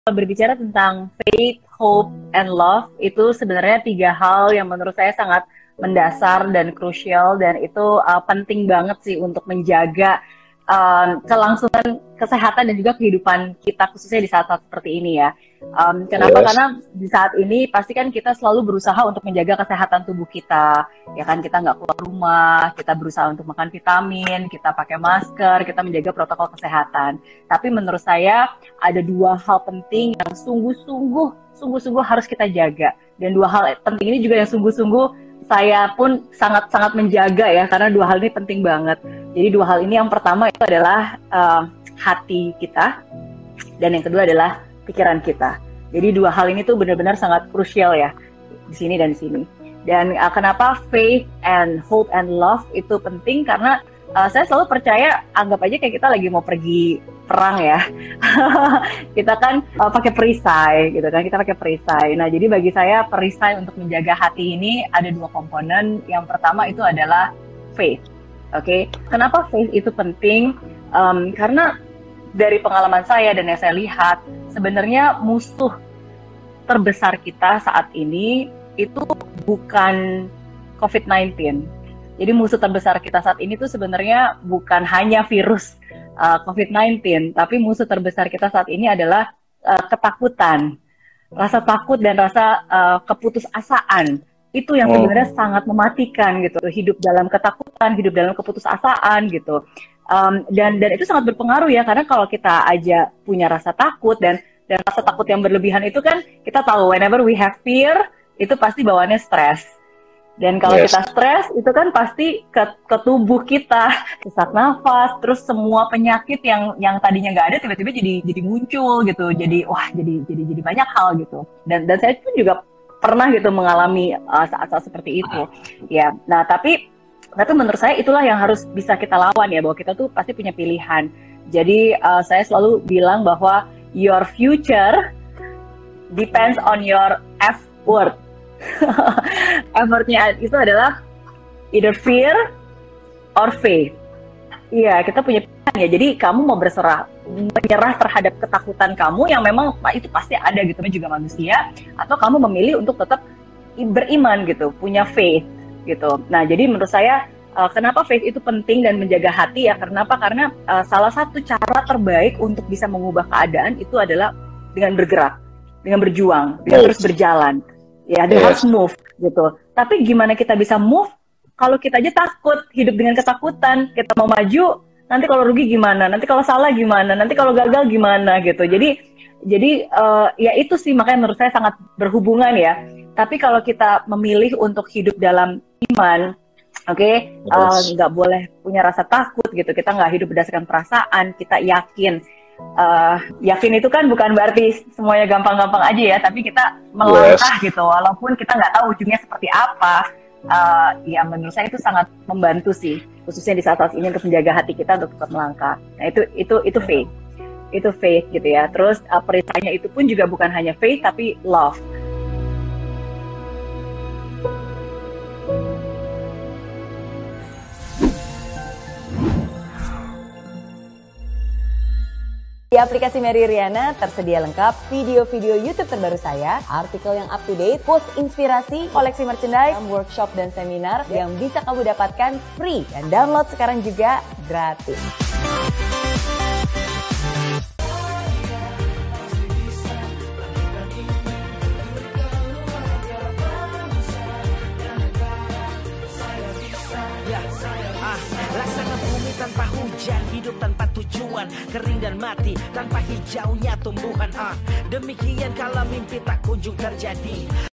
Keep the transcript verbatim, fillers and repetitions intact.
Berbicara tentang faith, hope, and love, itu sebenarnya tiga hal yang menurut saya sangat mendasar dan krusial, dan itu uh, penting banget sih untuk menjaga um, kelangsungan kesehatan dan juga kehidupan kita, khususnya di saat-saat seperti ini ya. Um, kenapa? Yes. Karena di saat ini pasti kan kita selalu berusaha untuk menjaga kesehatan tubuh kita, ya kan, kita nggak keluar rumah, kita berusaha untuk makan vitamin, kita pakai masker, kita menjaga protokol kesehatan. Tapi menurut saya ada dua hal penting yang sungguh-sungguh, sungguh-sungguh harus kita jaga. Dan dua hal penting ini juga yang sungguh-sungguh saya pun sangat-sangat menjaga ya, karena dua hal ini penting banget. Jadi dua hal ini, yang pertama itu adalah uh, hati kita, dan yang kedua adalah pikiran kita. Jadi dua hal ini tuh benar-benar sangat krusial ya, di sini dan di sini. Dan uh, kenapa faith and hope and love itu penting? Karena uh, saya selalu percaya, anggap aja kayak kita lagi mau pergi perang ya. Kita kan uh, pakai perisai gitu kan, kita pakai perisai. Nah, jadi bagi saya perisai untuk menjaga hati ini ada dua komponen. Yang pertama itu adalah faith. Oke, okay? Kenapa faith itu penting? Um, karena dari pengalaman saya dan yang saya lihat, sebenarnya musuh terbesar kita saat ini itu bukan covid sembilan belas. Jadi musuh terbesar kita saat ini tuh sebenarnya bukan hanya virus uh, covid sembilan belas, tapi musuh terbesar kita saat ini adalah uh, ketakutan, rasa takut dan rasa uh, keputusasaan. Itu yang sebenarnya oh. sangat mematikan gitu. Hidup dalam ketakutan, hidup dalam keputusasaan gitu. Um, dan dan itu sangat berpengaruh ya, karena kalau kita aja punya rasa takut dan dan rasa takut yang berlebihan itu kan kita tahu, whenever we have fear itu pasti bawaannya stres. Dan kalau yes. kita stres itu kan pasti ke, ke tubuh kita, sesak nafas, terus semua penyakit yang yang tadinya nggak ada tiba-tiba jadi jadi muncul gitu. Jadi wah jadi jadi jadi banyak hal gitu. Dan dan saya pun juga pernah gitu mengalami uh, saat-saat seperti itu. Ya. Nah, tapi Tapi menurut saya itulah yang harus bisa kita lawan ya, bahwa kita tuh pasti punya pilihan. Jadi uh, saya selalu bilang bahwa your future depends on your effort. Effortnya itu adalah either fear or faith. Iya, kita punya pilihan ya. Jadi kamu mau berserah, menyerah terhadap ketakutan kamu yang memang itu pasti ada gitu, juga manusia, atau kamu memilih untuk tetap beriman gitu, punya faith gitu. Nah, jadi menurut saya uh, kenapa faith itu penting dan menjaga hati ya? Kenapa? Karena uh, salah satu cara terbaik untuk bisa mengubah keadaan itu adalah dengan bergerak, dengan berjuang, dengan yes. terus berjalan. Ya, dia yes. harus move gitu. Tapi gimana kita bisa move kalau kita aja takut, hidup dengan ketakutan? Kita mau maju, nanti kalau rugi gimana? Nanti kalau salah gimana? Nanti kalau gagal gimana gitu. Jadi jadi uh, ya itu sih, makanya menurut saya sangat berhubungan ya. Tapi kalau kita memilih untuk hidup dalam iman, oke, okay, nggak uh, boleh punya rasa takut gitu. Kita nggak hidup berdasarkan perasaan, kita yakin. Uh, yakin itu kan bukan berarti semuanya gampang-gampang aja ya, tapi kita melangkah yes. gitu, walaupun kita nggak tahu ujungnya seperti apa. Uh, ya menurut saya itu sangat membantu sih, khususnya di saat-saat ini untuk menjaga hati kita untuk tetap melangkah. Nah itu itu itu faith, itu faith gitu ya. Terus uh, perisainya itu pun juga bukan hanya faith tapi love. Di aplikasi Mary Riana tersedia lengkap video-video YouTube terbaru saya, artikel yang up to date, post inspirasi, koleksi merchandise, workshop dan seminar yang bisa kamu dapatkan free dan download sekarang juga gratis. Tanpa hujan, hidup tanpa tujuan, kering dan mati tanpa hijaunya tumbuhan. Ah, demikian kalau mimpi tak kunjung terjadi.